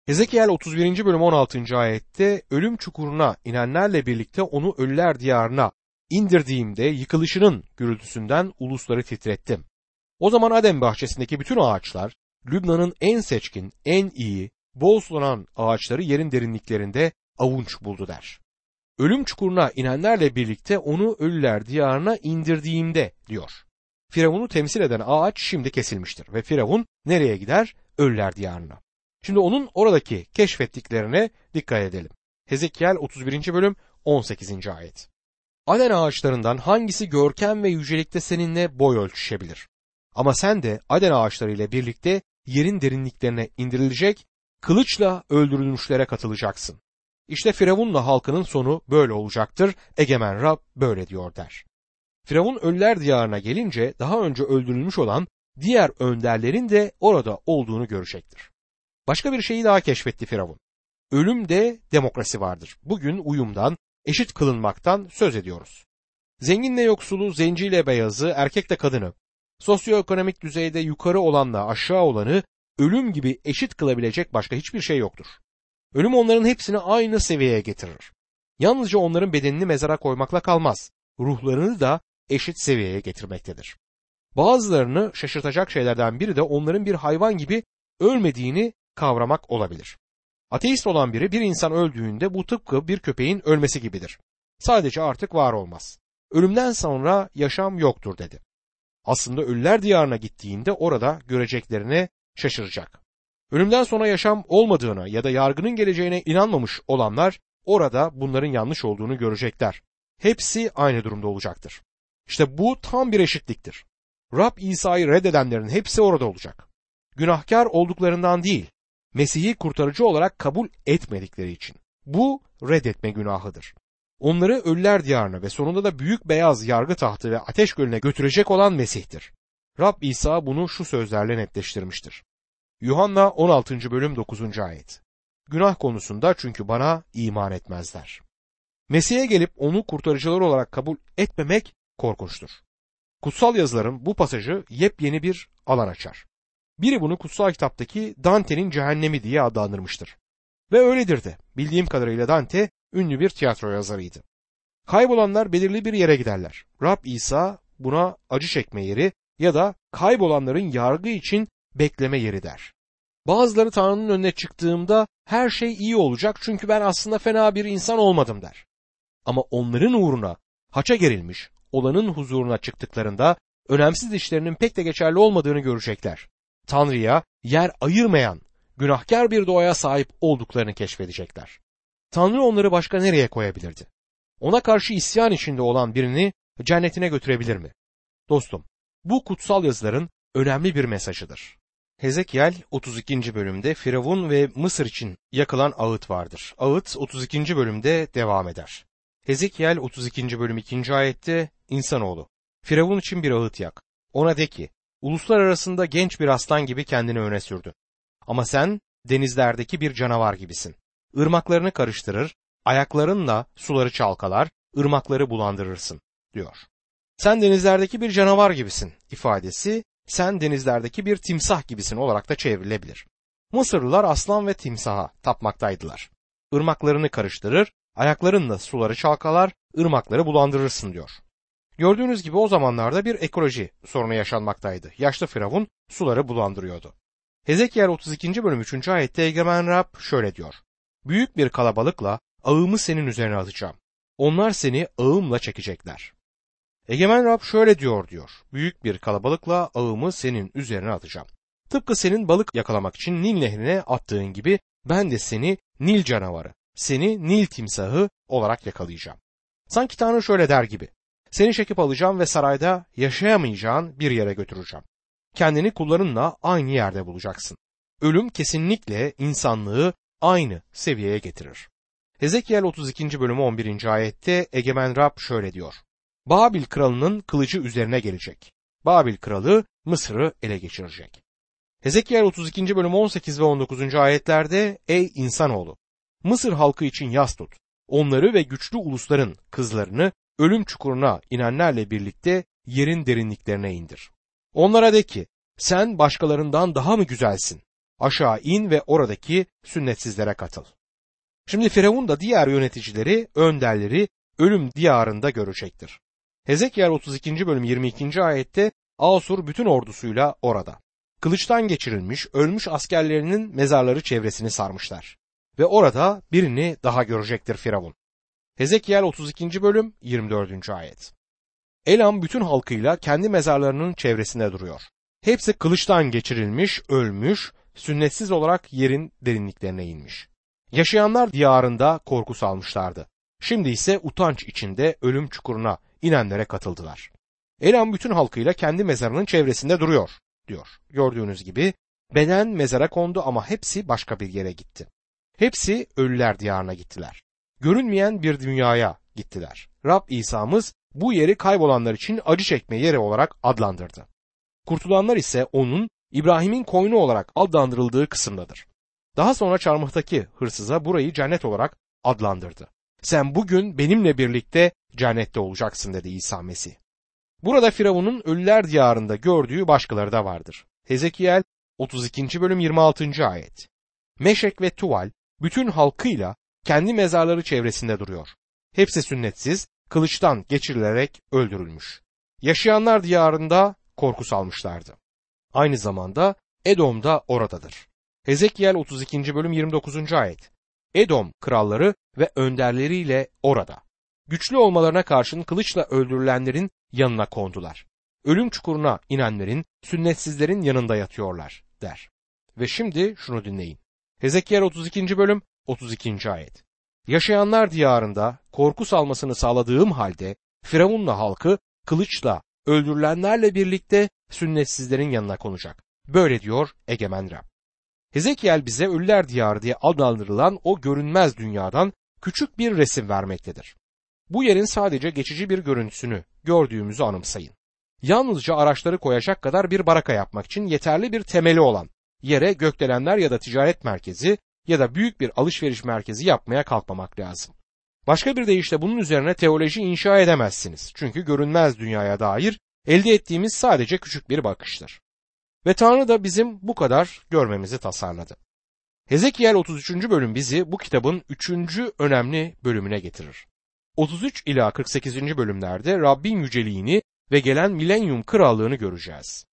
Hezekiel 31. bölüm 16. ayette ölüm çukuruna inenlerle birlikte onu ölüler diyarına indirdiğimde yıkılışının gürültüsünden ulusları titrettim. O zaman Adem bahçesindeki bütün ağaçlar, Lübnan'ın en seçkin, en iyi, bol sulanan ağaçları yerin derinliklerinde avunç buldu der. Ölüm çukuruna inenlerle birlikte onu ölüler diyarına indirdiğimde diyor. Firavun'u temsil eden ağaç şimdi kesilmiştir ve Firavun nereye gider? Ölüler diyarına. Şimdi onun oradaki keşfettiklerine dikkat edelim. Hezekiel 31. bölüm 18. ayet. Aden ağaçlarından hangisi görkem ve yücelikte seninle boy ölçüşebilir? Ama sen de Aden ağaçları ile birlikte yerin derinliklerine indirilecek, kılıçla öldürülmüşlere katılacaksın. İşte Firavun'la halkının sonu böyle olacaktır. Egemen Rab böyle diyor der. Firavun ölüler diyarına gelince daha önce öldürülmüş olan diğer önderlerin de orada olduğunu görecektir. Başka bir şeyi daha keşfetti Firavun. Ölümde demokrasi vardır. Bugün uyumdan, eşit kılınmaktan söz ediyoruz. Zenginle yoksulu, zenciyle beyazı, erkekle kadını, sosyoekonomik düzeyde yukarı olanla aşağı olanı ölüm gibi eşit kılabilecek başka hiçbir şey yoktur. Ölüm onların hepsini aynı seviyeye getirir. Yalnızca onların bedenini mezara koymakla kalmaz, ruhlarını da eşit seviyeye getirmektedir. Bazılarını şaşırtacak şeylerden biri de onların bir hayvan gibi ölmediğini kavramak olabilir. Ateist olan biri bir insan öldüğünde bu tıpkı bir köpeğin ölmesi gibidir. Sadece artık var olmaz. Ölümden sonra yaşam yoktur dedi. Aslında ölüler diyarına gittiğinde orada göreceklerine şaşıracak. Ölümden sonra yaşam olmadığına ya da yargının geleceğine inanmamış olanlar orada bunların yanlış olduğunu görecekler. Hepsi aynı durumda olacaktır. İşte bu tam bir eşitliktir. Rab İsa'yı reddedenlerin hepsi orada olacak. Günahkar olduklarından değil, Mesih'i kurtarıcı olarak kabul etmedikleri için. Bu reddetme günahıdır. Onları ölüler diyarına ve sonunda da büyük beyaz yargı tahtı ve ateş gölüne götürecek olan Mesih'tir. Rab İsa bunu şu sözlerle netleştirmiştir. Yuhanna 16. bölüm 9. ayet. Günah konusunda çünkü bana iman etmezler. Mesih'e gelip onu kurtarıcılar olarak kabul etmemek korkunçtur. Kutsal yazıların bu pasajı yepyeni bir alan açar. Biri bunu kutsal kitaptaki Dante'nin cehennemi diye adlandırmıştır. Ve öyledir de. Bildiğim kadarıyla Dante ünlü bir tiyatro yazarıydı. Kaybolanlar belirli bir yere giderler. Rab İsa buna acı çekme yeri ya da kaybolanların yargı için bekleme yeri der. Bazıları Tanrı'nın önüne çıktığımda her şey iyi olacak çünkü ben aslında fena bir insan olmadım der. Ama onların uğruna haça gerilmiş olanın huzuruna çıktıklarında önemsiz işlerinin pek de geçerli olmadığını görecekler. Tanrı'ya yer ayırmayan günahkar bir doğaya sahip olduklarını keşfedecekler. Tanrı onları başka nereye koyabilirdi? Ona karşı isyan içinde olan birini cennetine götürebilir mi? Dostum, bu kutsal yazıların önemli bir mesajıdır. Hezekiel 32. bölümde Firavun ve Mısır için yakılan ağıt vardır. Ağıt 32. bölümde devam eder. Hezekiel 32. bölüm 2. ayette insanoğlu, Firavun için bir ağıt yak. Ona de ki, uluslar arasında genç bir aslan gibi kendini öne sürdün. Ama sen denizlerdeki bir canavar gibisin. Irmaklarını karıştırır, ayaklarınla suları çalkalar, ırmakları bulandırırsın, diyor. Sen denizlerdeki bir canavar gibisin ifadesi, sen denizlerdeki bir timsah gibisin olarak da çevrilebilir. Mısırlılar aslan ve timsaha tapmaktaydılar. Irmaklarını karıştırır, ayaklarınla suları çalkalar, ırmakları bulandırırsın diyor. Gördüğünüz gibi o zamanlarda bir ekoloji sorunu yaşanmaktaydı. Yaşlı Firavun suları bulandırıyordu. Hezekiel 32. bölüm 3. ayette Egemen Rab şöyle diyor. Büyük bir kalabalıkla ağımı senin üzerine atacağım. Onlar seni ağımla çekecekler. Egemen Rab şöyle diyor. Büyük bir kalabalıkla ağımı senin üzerine atacağım. Tıpkı senin balık yakalamak için Nil nehrine attığın gibi ben de seni Nil canavarı, seni Nil timsahı olarak yakalayacağım. Sanki Tanrı şöyle der gibi. Seni çekip alacağım ve sarayda yaşayamayacağın bir yere götüreceğim. Kendini kullarınla aynı yerde bulacaksın. Ölüm kesinlikle insanlığı aynı seviyeye getirir. Hezekiel 32. bölüm 11. ayette Egemen Rab şöyle diyor. Babil kralının kılıcı üzerine gelecek. Babil kralı Mısır'ı ele geçirecek. Hezekiel 32. bölüm 18 ve 19. ayetlerde ey insanoğlu, Mısır halkı için yas tut. Onları ve güçlü ulusların kızlarını ölüm çukuruna inenlerle birlikte yerin derinliklerine indir. Onlara de ki, sen başkalarından daha mı güzelsin? aşağı in ve oradaki sünnetsizlere katıl. Şimdi Firavun da diğer yöneticileri, önderleri ölüm diyarında görecektir. Hezekiel 32. bölüm 22. ayette Asur bütün ordusuyla orada. Kılıçtan geçirilmiş, ölmüş askerlerinin mezarları çevresini sarmışlar. Ve orada birini daha görecektir Firavun. Hezekiel 32. bölüm 24. ayet. Elam bütün halkıyla kendi mezarlarının çevresinde duruyor. Hepsi kılıçtan geçirilmiş, ölmüş, sünnetsiz olarak yerin derinliklerine inmiş. Yaşayanlar diyarında korku salmışlardı. Şimdi ise utanç içinde ölüm çukuruna inenlere katıldılar. Elam bütün halkıyla kendi mezarının çevresinde duruyor, diyor. Gördüğünüz gibi beden mezara kondu ama hepsi başka bir yere gitti. Hepsi ölüler diyarına gittiler. Görünmeyen bir dünyaya gittiler. Rab İsa'mız bu yeri kaybolanlar için acı çekme yeri olarak adlandırdı. Kurtulanlar ise onun İbrahim'in koynu olarak adlandırıldığı kısımdadır. Daha sonra çarmıhtaki hırsıza burayı cennet olarak adlandırdı. Sen bugün benimle birlikte cennette olacaksın dedi İsa Mesih. Burada Firavun'un ölüler diyarında gördüğü başkaları da vardır. Hezekiel 32. bölüm 26. ayet. Meşek ve Tuval bütün halkıyla kendi mezarları çevresinde duruyor. Hepsi sünnetsiz, kılıçtan geçirilerek öldürülmüş. Yaşayanlar diyarında korku salmışlardı. Aynı zamanda Edom da oradadır. Hezekiel 32. bölüm 29. ayet. Edom kralları ve önderleriyle orada. Güçlü olmalarına karşın kılıçla öldürülenlerin yanına kondular. Ölüm çukuruna inenlerin, sünnetsizlerin yanında yatıyorlar der. Ve şimdi şunu dinleyin. Hezekiel 32. bölüm 32. ayet. Yaşayanlar diyarında korku salmasını sağladığım halde Firavun'la halkı kılıçla öldürülenlerle birlikte sünnetsizlerin yanına konacak. Böyle diyor egemen Rab. Hezekiel bize ölüler diyarı diye adlandırılan o görünmez dünyadan küçük bir resim vermektedir. Bu yerin sadece geçici bir görüntüsünü gördüğümüzü anımsayın. Yalnızca araçları koyacak kadar bir baraka yapmak için yeterli bir temeli olan yere gökdelenler ya da ticaret merkezi ya da büyük bir alışveriş merkezi yapmaya kalkmamak lazım. Başka bir deyişle bunun üzerine teoloji inşa edemezsiniz. Çünkü görünmez dünyaya dair elde ettiğimiz sadece küçük bir bakıştır. Ve Tanrı da bizim bu kadar görmemizi tasarladı. Hezekiel 33. bölüm bizi bu kitabın 3. önemli bölümüne getirir. 33 ila 48. bölümlerde Rabbin yüceliğini ve gelen milenyum krallığını göreceğiz.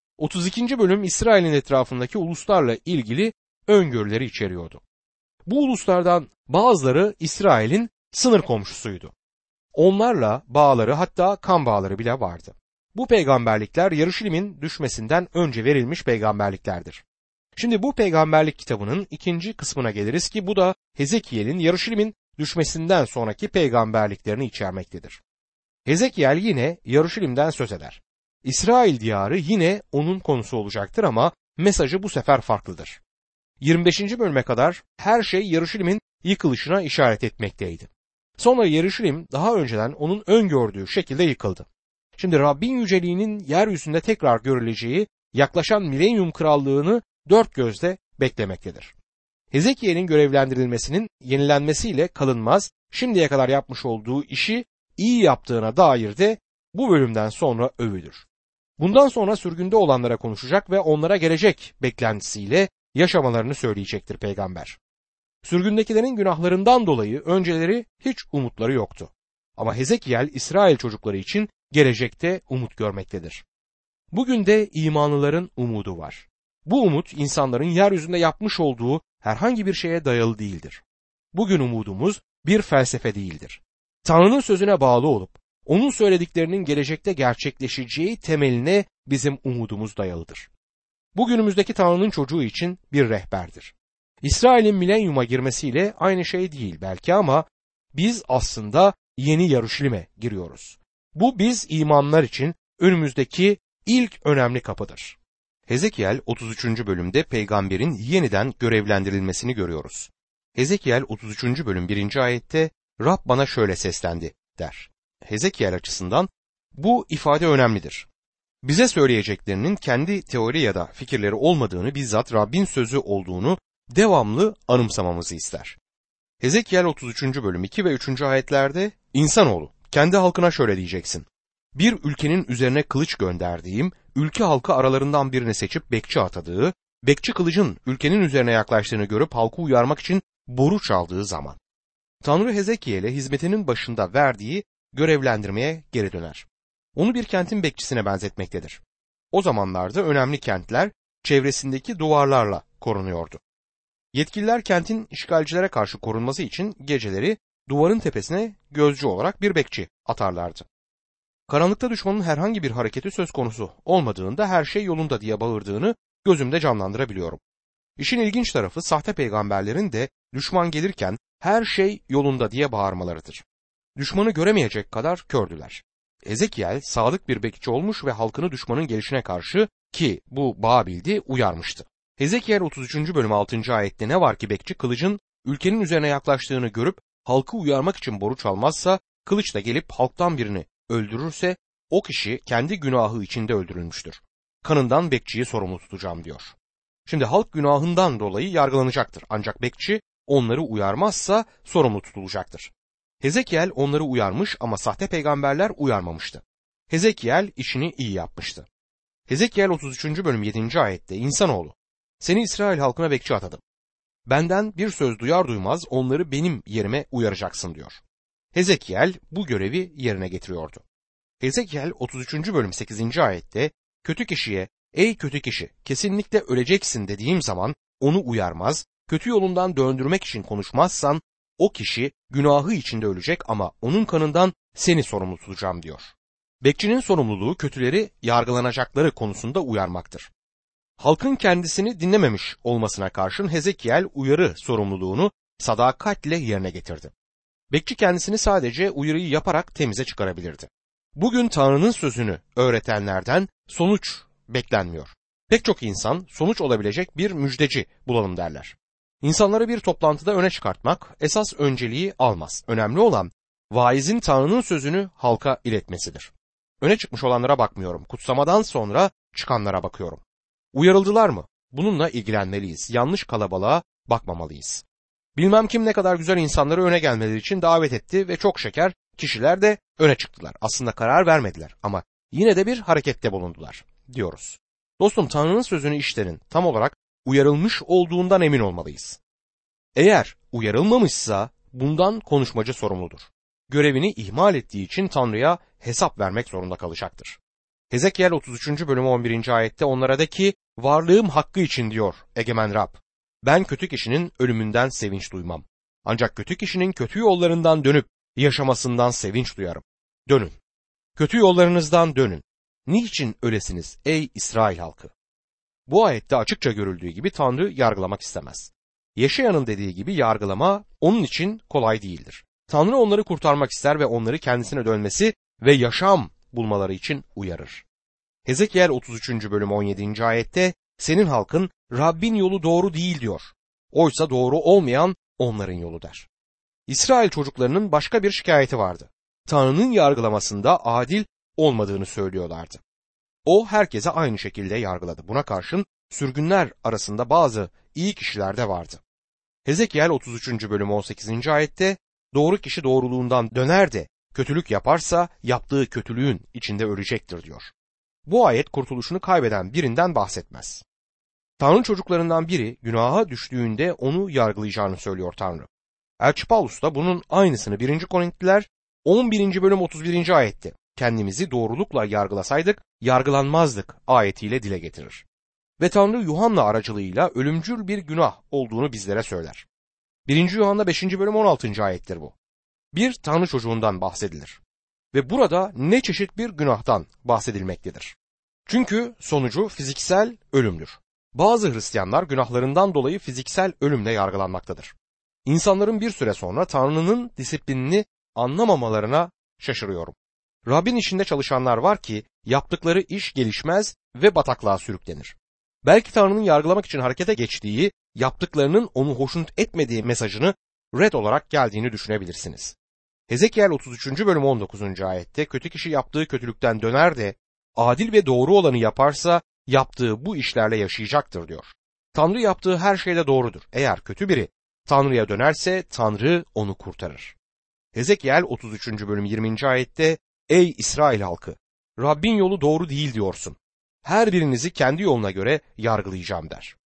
32. bölüm İsrail'in etrafındaki uluslarla ilgili öngörüleri içeriyordu. Bu uluslardan bazıları İsrail'in sınır komşusuydu. Onlarla bağları, hatta kan bağları bile vardı. Bu peygamberlikler Yarışilim'in düşmesinden önce verilmiş peygamberliklerdir. Şimdi bu peygamberlik kitabının 2. kısmına geliriz ki bu da Hezekiel'in Yarışilim'in düşmesinden sonraki peygamberliklerini içermektedir. Hezekiel yine Yarışilim'den söz eder. İsrail diyarı yine onun konusu olacaktır ama mesajı bu sefer farklıdır. 25. bölüme kadar her şey Yarışilim'in yıkılışına işaret etmekteydi. Sonra Yarışilim daha önceden onun öngördüğü şekilde yıkıldı. Şimdi Rabbin yüceliğinin yeryüzünde tekrar görüleceği yaklaşan milenyum krallığını dört gözle beklemektedir. Hezekiel'in görevlendirilmesinin yenilenmesiyle kalınmaz, şimdiye kadar yapmış olduğu işi iyi yaptığına dair de bu bölümden sonra övülür. Bundan sonra sürgünde olanlara konuşacak ve onlara gelecek beklentisiyle yaşamalarını söyleyecektir peygamber. Sürgündekilerin günahlarından dolayı önceleri hiç umutları yoktu. Ama Hezekiel İsrail çocukları için gelecekte umut görmektedir. Bugün de imanlıların umudu var. Bu umut insanların yeryüzünde yapmış olduğu herhangi bir şeye dayalı değildir. Bugün umudumuz bir felsefe değildir. Tanrı'nın sözüne bağlı olup onun söylediklerinin gelecekte gerçekleşeceği temeline bizim umudumuz dayalıdır. Bugünümüzdeki Tanrı'nın çocuğu için bir rehberdir. İsrail'in milenyuma girmesiyle aynı şey değil belki ama biz aslında yeni Yarışilim'e giriyoruz. Bu biz imanlar için önümüzdeki ilk önemli kapıdır. Hezekiel 33. bölümde peygamberin yeniden görevlendirilmesini görüyoruz. Hezekiel 33. bölüm 1. ayette Rab bana şöyle seslendi der. Hezekiel açısından bu ifade önemlidir. Bize söyleyeceklerinin kendi teori ya da fikirleri olmadığını, bizzat Rabbin sözü olduğunu devamlı anımsamamızı ister. Hezekiel 33. bölüm 2 ve 3. ayetlerde İnsanoğlu kendi halkına şöyle diyeceksin. Bir ülkenin üzerine kılıç gönderdiğim, ülke halkı aralarından birini seçip bekçi atadığı, bekçi kılıcın ülkenin üzerine yaklaştığını görüp halkı uyarmak için boru çaldığı zaman. Tanrı Hezekiel'e hizmetinin başında verdiği görevlendirmeye geri döner. Onu bir kentin bekçisine benzetmektedir. O zamanlarda önemli kentler çevresindeki duvarlarla korunuyordu. Yetkililer kentin işgalcilere karşı korunması için geceleri duvarın tepesine gözcü olarak bir bekçi atarlardı. Karanlıkta düşmanın herhangi bir hareketi söz konusu olmadığında her şey yolunda diye bağırdığını gözümde canlandırabiliyorum. İşin ilginç tarafı sahte peygamberlerin de düşman gelirken her şey yolunda diye bağırmalarıdır. Düşmanı göremeyecek kadar kördüler. Hezekiel sadık bir bekçi olmuş ve halkını düşmanın gelişine karşı, ki bu Babil'di, uyarmıştı. Hezekiel 33. bölüm 6. ayette ne var ki bekçi kılıcın ülkenin üzerine yaklaştığını görüp halkı uyarmak için boru çalmazsa, kılıç da gelip halktan birini öldürürse o kişi kendi günahı içinde öldürülmüştür. Kanından bekçiyi sorumlu tutacağım diyor. Şimdi halk günahından dolayı yargılanacaktır. Ancak bekçi onları uyarmazsa sorumlu tutulacaktır. Hezekiel onları uyarmış ama sahte peygamberler uyarmamıştı. Hezekiel işini iyi yapmıştı. Hezekiel 33. bölüm 7. ayette insanoğlu, seni İsrail halkına bekçi atadım. Benden bir söz duyar duymaz onları benim yerime uyaracaksın diyor. Hezekiel bu görevi yerine getiriyordu. Hezekiel 33. bölüm 8. ayette kötü kişiye ey kötü kişi kesinlikle öleceksin dediğim zaman onu uyarmaz, kötü yolundan döndürmek için konuşmazsan o kişi günahı içinde ölecek ama onun kanından seni sorumlu tutacağım diyor. Bekçinin sorumluluğu kötüleri yargılanacakları konusunda uyarmaktır. Halkın kendisini dinlememiş olmasına karşın Hezekiel uyarı sorumluluğunu sadakatle yerine getirdi. Bekçi kendisini sadece uyarıyı yaparak temize çıkarabilirdi. Bugün Tanrı'nın sözünü öğretenlerden sonuç beklenmiyor. Pek çok insan sonuç olabilecek bir müjdeci bulalım derler. İnsanları bir toplantıda öne çıkartmak esas önceliği almaz. Önemli olan vaizin Tanrı'nın sözünü halka iletmesidir. Öne çıkmış olanlara bakmıyorum. Kutsamadan sonra çıkanlara bakıyorum. Uyarıldılar mı? Bununla ilgilenmeliyiz. Yanlış kalabalığa bakmamalıyız. Bilmem kim ne kadar güzel insanları öne gelmeleri için davet etti ve çok şeker kişiler de öne çıktılar. Aslında karar vermediler ama yine de bir harekette bulundular diyoruz. Dostum, Tanrı'nın sözünü işlerin tam olarak uyarılmış olduğundan emin olmalıyız. Eğer uyarılmamışsa bundan konuşmacı sorumludur. Görevini ihmal ettiği için Tanrı'ya hesap vermek zorunda kalacaktır. Hezekiel 33. bölüm 11. ayette onlara de ki varlığım hakkı için diyor Egemen Rab. Ben kötü kişinin ölümünden sevinç duymam. Ancak kötü kişinin kötü yollarından dönüp yaşamasından sevinç duyarım. Dönün. Kötü yollarınızdan dönün. Niçin ölesiniz ey İsrail halkı? Bu ayette açıkça görüldüğü gibi Tanrı yargılamak istemez. Yeşaya'nın dediği gibi yargılama onun için kolay değildir. Tanrı onları kurtarmak ister ve onları kendisine dönmesi ve yaşam bulmaları için uyarır. Hezekiel 33. bölüm 17. ayette senin halkın Rabbin yolu doğru değil diyor. Oysa doğru olmayan onların yolu der. İsrail çocuklarının başka bir şikayeti vardı. Tanrı'nın yargılamasında adil olmadığını söylüyorlardı. O herkese aynı şekilde yargıladı. Buna karşın sürgünler arasında bazı iyi kişiler de vardı. Hezekiel 33. bölüm 18. ayette doğru kişi doğruluğundan döner de kötülük yaparsa yaptığı kötülüğün içinde ölecektir diyor. Bu ayet kurtuluşunu kaybeden birinden bahsetmez. Tanrı çocuklarından biri günaha düştüğünde onu yargılayacağını söylüyor Tanrı. Elçi Paulus da bunun aynısını 1. Korintliler 11. bölüm 31. ayette kendimizi doğrulukla yargılasaydık yargılanmazdık ayetiyle dile getirir. Ve Tanrı Yuhanna aracılığıyla ölümcül bir günah olduğunu bizlere söyler. 1. Yuhanna 5. bölüm 16. ayettir bu. Bir Tanrı çocuğundan bahsedilir. Ve burada ne çeşit bir günahtan bahsedilmektedir. Çünkü sonucu fiziksel ölümdür. Bazı Hristiyanlar günahlarından dolayı fiziksel ölümle yargılanmaktadır. İnsanların bir süre sonra Tanrı'nın disiplinini anlamamalarına şaşırıyorum. Rabbin işinde çalışanlar var ki yaptıkları iş gelişmez ve bataklığa sürüklenir. Belki Tanrı'nın yargılamak için harekete geçtiği, yaptıklarının onu hoşnut etmediği mesajını red olarak geldiğini düşünebilirsiniz. Hezekiel 33. bölüm 19. ayette kötü kişi yaptığı kötülükten döner de adil ve doğru olanı yaparsa yaptığı bu işlerle yaşayacaktır diyor. Tanrı yaptığı her şeyde doğrudur. Eğer kötü biri Tanrı'ya dönerse Tanrı onu kurtarır. Hezekiel 33. bölüm 20. ayette ey İsrail halkı, Rabbin yolu doğru değil diyorsun. Her birinizi kendi yoluna göre yargılayacağım der.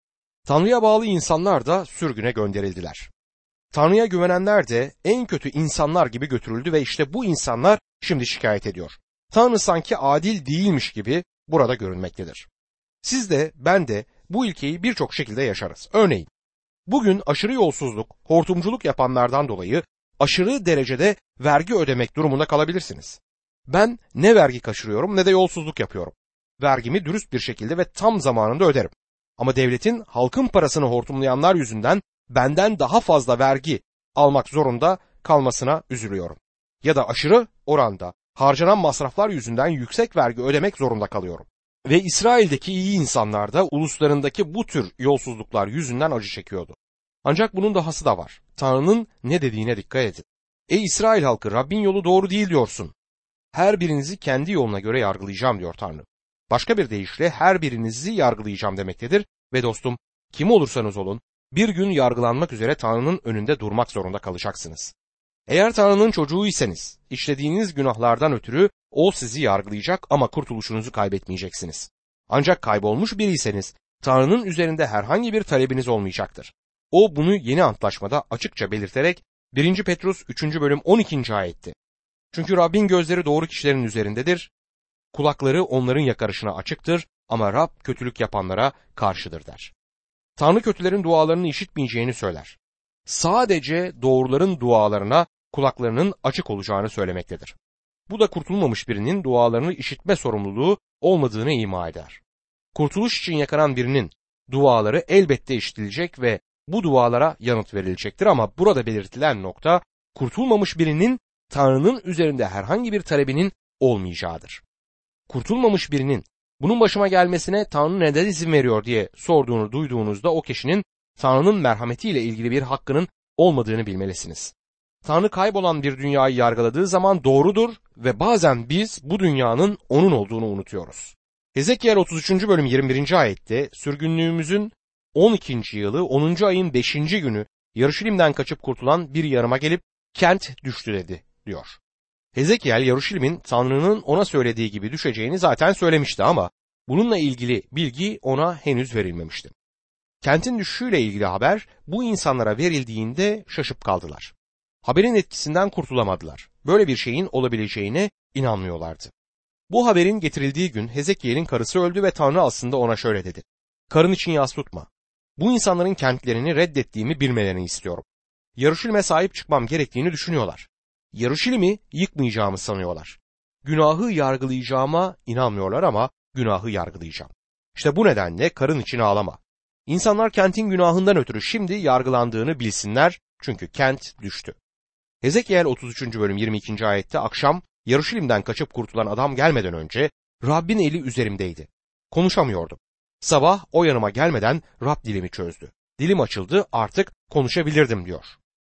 Tanrı'ya bağlı insanlar da sürgüne gönderildiler. Tanrı'ya güvenenler de en kötü insanlar gibi götürüldü ve işte bu insanlar şimdi şikayet ediyor. Tanrı sanki adil değilmiş gibi burada görünmektedir. Siz de ben de bu ilkeyi birçok şekilde yaşarız. Örneğin bugün aşırı yolsuzluk, hortumculuk yapanlardan dolayı aşırı derecede vergi ödemek durumunda kalabilirsiniz. Ben ne vergi kaçırıyorum ne de yolsuzluk yapıyorum. Vergimi dürüst bir şekilde ve tam zamanında öderim. Ama devletin halkın parasını hortumlayanlar yüzünden benden daha fazla vergi almak zorunda kalmasına üzülüyorum. Ya da aşırı oranda harcanan masraflar yüzünden yüksek vergi ödemek zorunda kalıyorum. Ve İsrail'deki iyi insanlar da uluslarındaki bu tür yolsuzluklar yüzünden acı çekiyordu. Ancak bunun dahası da var. Tanrı'nın ne dediğine dikkat edin. Ey İsrail halkı, Rabbin yolu doğru değil diyorsun. Her birinizi kendi yoluna göre yargılayacağım diyor Tanrı. Başka bir deyişle her birinizi yargılayacağım demektedir ve dostum, kim olursanız olun bir gün yargılanmak üzere Tanrı'nın önünde durmak zorunda kalacaksınız. Eğer Tanrı'nın çocuğuysanız işlediğiniz günahlardan ötürü o sizi yargılayacak ama kurtuluşunuzu kaybetmeyeceksiniz. Ancak kaybolmuş biriyseniz Tanrı'nın üzerinde herhangi bir talebiniz olmayacaktır. O bunu yeni antlaşmada açıkça belirterek 1. Petrus 3. bölüm 12. ayetti. Çünkü Rabbin gözleri doğru kişilerin üzerindedir, kulakları onların yakarışına açıktır ama Rab kötülük yapanlara karşıdır der. Tanrı kötülerin dualarını işitmeyeceğini söyler. Sadece doğruların dualarına kulaklarının açık olacağını söylemektedir. Bu da kurtulmamış birinin dualarını işitme sorumluluğu olmadığını ima eder. Kurtuluş için yakaran birinin duaları elbette işitilecek ve bu dualara yanıt verilecektir ama burada belirtilen nokta kurtulmamış birinin Tanrı'nın üzerinde herhangi bir talebinin olmayacağıdır. Kurtulmamış birinin bunun başıma gelmesine Tanrı neden izin veriyor diye sorduğunu duyduğunuzda o kişinin Tanrı'nın merhametiyle ilgili bir hakkının olmadığını bilmelisiniz. Tanrı kaybolan bir dünyayı yargıladığı zaman doğrudur ve bazen biz bu dünyanın onun olduğunu unutuyoruz. Hezekiel 33. bölüm 21. ayette sürgünlüğümüzün 12. yılı 10. ayın 5. günü Yarışilim'den kaçıp kurtulan bir yarıma gelip kent düştü dedi diyor. Hezekiel Yarışilim'in Tanrı'nın ona söylediği gibi düşeceğini zaten söylemişti ama bununla ilgili bilgi ona henüz verilmemişti. Kentin düşüşüyle ilgili haber bu insanlara verildiğinde şaşıp kaldılar. Haberin etkisinden kurtulamadılar. Böyle bir şeyin olabileceğine inanmıyorlardı. Bu haberin getirildiği gün Hezekiel'in karısı öldü ve Tanrı aslında ona şöyle dedi. Karın için yas tutma. Bu insanların kentlerini reddettiğimi bilmelerini istiyorum. Yarışilim'e sahip çıkmam gerektiğini düşünüyorlar. Yarışilim'i yıkmayacağımı sanıyorlar. Günahı yargılayacağıma inanmıyorlar ama günahı yargılayacağım. İşte bu nedenle karın için ağlama. İnsanlar kentin günahından ötürü şimdi yargılandığını bilsinler çünkü kent düştü. Hezekiel 33. bölüm 22. ayette akşam Yarışilim'den kaçıp kurtulan adam gelmeden önce Rabbin eli üzerimdeydi. Konuşamıyordum. Sabah o yanıma gelmeden Rab dilimi çözdü. Dilim açıldı, artık konuşabilirdim diyor.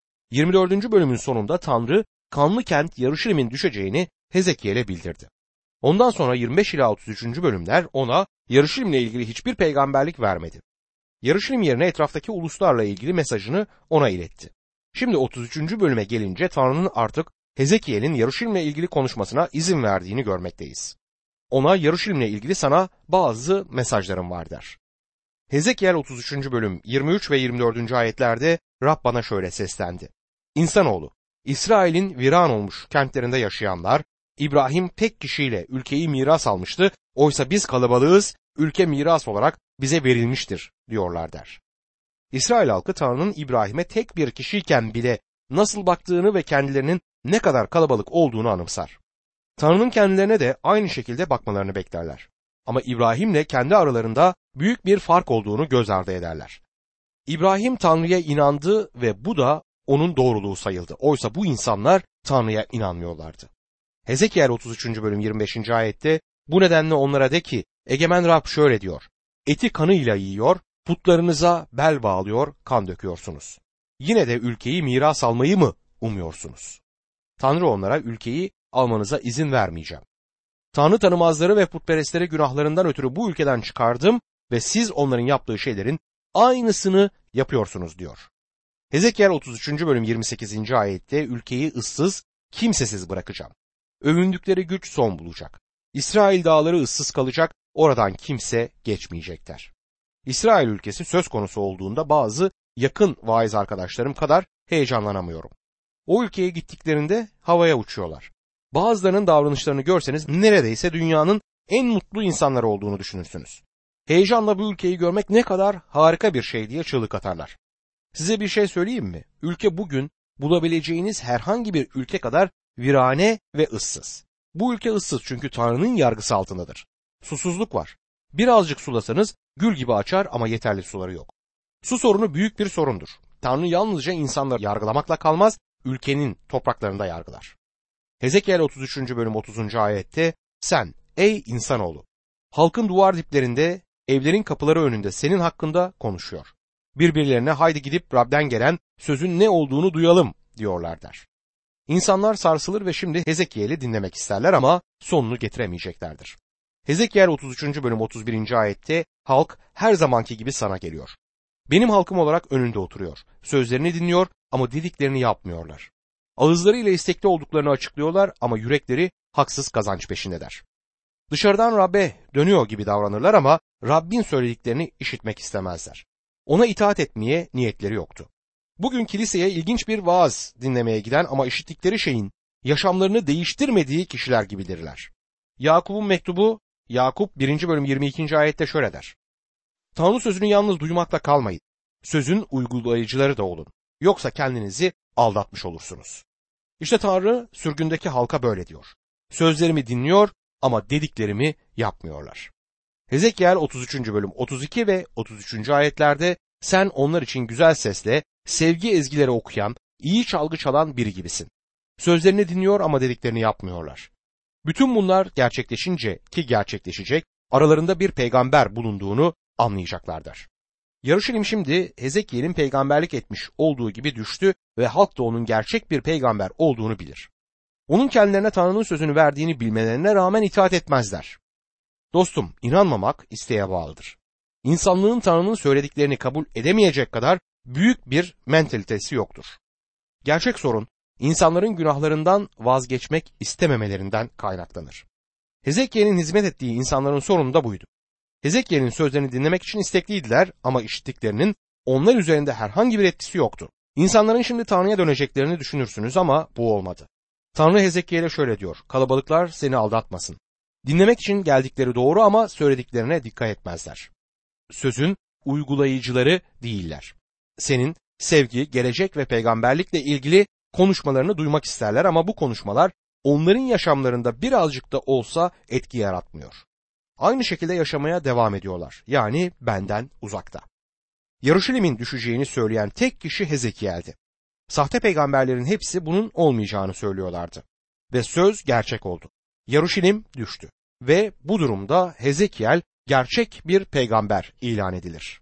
24. bölümün sonunda Tanrı kanlı kent Yarışilim'in düşeceğini Hezekiel'e bildirdi. Ondan sonra 25 ila 33. bölümler ona Yarışilim'le ilgili hiçbir peygamberlik vermedi. Yarışilim yerine etraftaki uluslarla ilgili mesajını ona iletti. Şimdi 33. bölüme gelince Tanrı'nın artık Hezekiel'in Yarışilim'le ilgili konuşmasına izin verdiğini görmekteyiz. Ona Yarışilim'le ilgili sana bazı mesajlarım var der. Hezekiel 33. bölüm 23 ve 24. ayetlerde Rab bana şöyle seslendi. İnsanoğlu, İsrail'in viran olmuş kentlerinde yaşayanlar, İbrahim tek kişiyle ülkeyi miras almıştı, oysa biz kalabalığız, ülke miras olarak bize verilmiştir diyorlar der. İsrail halkı Tanrı'nın İbrahim'e tek bir kişiyken bile nasıl baktığını ve kendilerinin ne kadar kalabalık olduğunu anımsar. Tanrı'nın kendilerine de aynı şekilde bakmalarını beklerler. Ama İbrahim'le kendi aralarında büyük bir fark olduğunu göz ardı ederler. İbrahim Tanrı'ya inandı ve bu da onun doğruluğu sayıldı. Oysa bu insanlar Tanrı'ya inanmıyorlardı. Hezekiel 33. bölüm 25. ayette bu nedenle onlara de ki Egemen Rab şöyle diyor. Eti kanıyla yiyor, putlarınıza bel bağlıyor, kan döküyorsunuz. Yine de ülkeyi miras almayı mı umuyorsunuz? Tanrı onlara ülkeyi almanıza izin vermeyeceğim. Tanrı tanımazları ve putperestleri günahlarından ötürü bu ülkeden çıkardım ve siz onların yaptığı şeylerin aynısını yapıyorsunuz diyor. Hezekiel 33. bölüm 28. ayette ülkeyi ıssız, kimsesiz bırakacağım. Övündükleri güç son bulacak. İsrail dağları ıssız kalacak, oradan kimse geçmeyecekler. İsrail ülkesi söz konusu olduğunda bazı yakın vaiz arkadaşlarım kadar heyecanlanamıyorum. O ülkeye gittiklerinde havaya uçuyorlar. Bazılarının davranışlarını görseniz neredeyse dünyanın en mutlu insanlar olduğunu düşünürsünüz. Heyecanla bu ülkeyi görmek ne kadar harika bir şey diye çığlık atarlar. Size bir şey söyleyeyim mi? Ülke bugün bulabileceğiniz herhangi bir ülke kadar virane ve ıssız. Bu ülke ıssız çünkü Tanrı'nın yargısı altındadır. Susuzluk var. Birazcık sulasanız gül gibi açar ama yeterli suları yok. Su sorunu büyük bir sorundur. Tanrı yalnızca insanları yargılamakla kalmaz, ülkenin topraklarında yargılar. Hezekiel 33. bölüm 30. ayette sen ey insanoğlu halkın duvar diplerinde evlerin kapıları önünde senin hakkında konuşuyor. Birbirlerine haydi gidip Rab'den gelen sözün ne olduğunu duyalım diyorlar der. İnsanlar sarsılır ve şimdi Hezekiel'i dinlemek isterler ama sonunu getiremeyeceklerdir. Hezekiel 33. bölüm 31. ayette halk her zamanki gibi sana geliyor. Benim halkım olarak önünde oturuyor. Sözlerini dinliyor ama dediklerini yapmıyorlar. Ağızlarıyla istekli olduklarını açıklıyorlar ama yürekleri haksız kazanç peşindeler. Dışarıdan Rab'be dönüyor gibi davranırlar ama Rabbin söylediklerini işitmek istemezler. Ona itaat etmeye niyetleri yoktu. Bugün kiliseye ilginç bir vaaz dinlemeye giden ama işittikleri şeyin yaşamlarını değiştirmediği kişiler gibidirler. Yakup'un mektubu Yakup 1. bölüm 22. ayette şöyle der. Tanrı sözünü yalnız duymakla kalmayın. Sözün uygulayıcıları da olun. Yoksa kendinizi aldatmış olursunuz. İşte Tanrı sürgündeki halka böyle diyor. Sözlerimi dinliyor ama dediklerimi yapmıyorlar. Hezekiel 33. bölüm 32 ve 33. ayetlerde sen onlar için güzel sesle sevgi ezgileri okuyan, iyi çalgı çalan biri gibisin. Sözlerini dinliyor ama dediklerini yapmıyorlar. Bütün bunlar gerçekleşince ki gerçekleşecek, aralarında bir peygamber bulunduğunu anlayacaklardır. Yarışilim şimdi Hezekiel'in peygamberlik etmiş olduğu gibi düştü ve halk da onun gerçek bir peygamber olduğunu bilir. Onun kendilerine Tanrı'nın sözünü verdiğini bilmelerine rağmen itaat etmezler. Dostum, inanmamak isteğe bağlıdır. İnsanlığın Tanrı'nın söylediklerini kabul edemeyecek kadar büyük bir mentalitesi yoktur. Gerçek sorun, insanların günahlarından vazgeçmek istememelerinden kaynaklanır. Hezekiel'in hizmet ettiği insanların sorunu da buydu. Hezekiel'in sözlerini dinlemek için istekliydiler ama işittiklerinin onlar üzerinde herhangi bir etkisi yoktu. İnsanların şimdi Tanrı'ya döneceklerini düşünürsünüz ama bu olmadı. Tanrı Hezekiel'e şöyle diyor, kalabalıklar seni aldatmasın. Dinlemek için geldikleri doğru ama söylediklerine dikkat etmezler. Sözün uygulayıcıları değiller. Senin sevgi, gelecek ve peygamberlikle ilgili konuşmalarını duymak isterler ama bu konuşmalar onların yaşamlarında birazcık da olsa etki yaratmıyor. Aynı şekilde yaşamaya devam ediyorlar. Yani benden uzakta. Yarışilim'in düşeceğini söyleyen tek kişi Hezekiel'di. Sahte peygamberlerin hepsi bunun olmayacağını söylüyorlardı. Ve söz gerçek oldu. Yarışilim düştü. Ve bu durumda Hezekiel gerçek bir peygamber ilan edilir.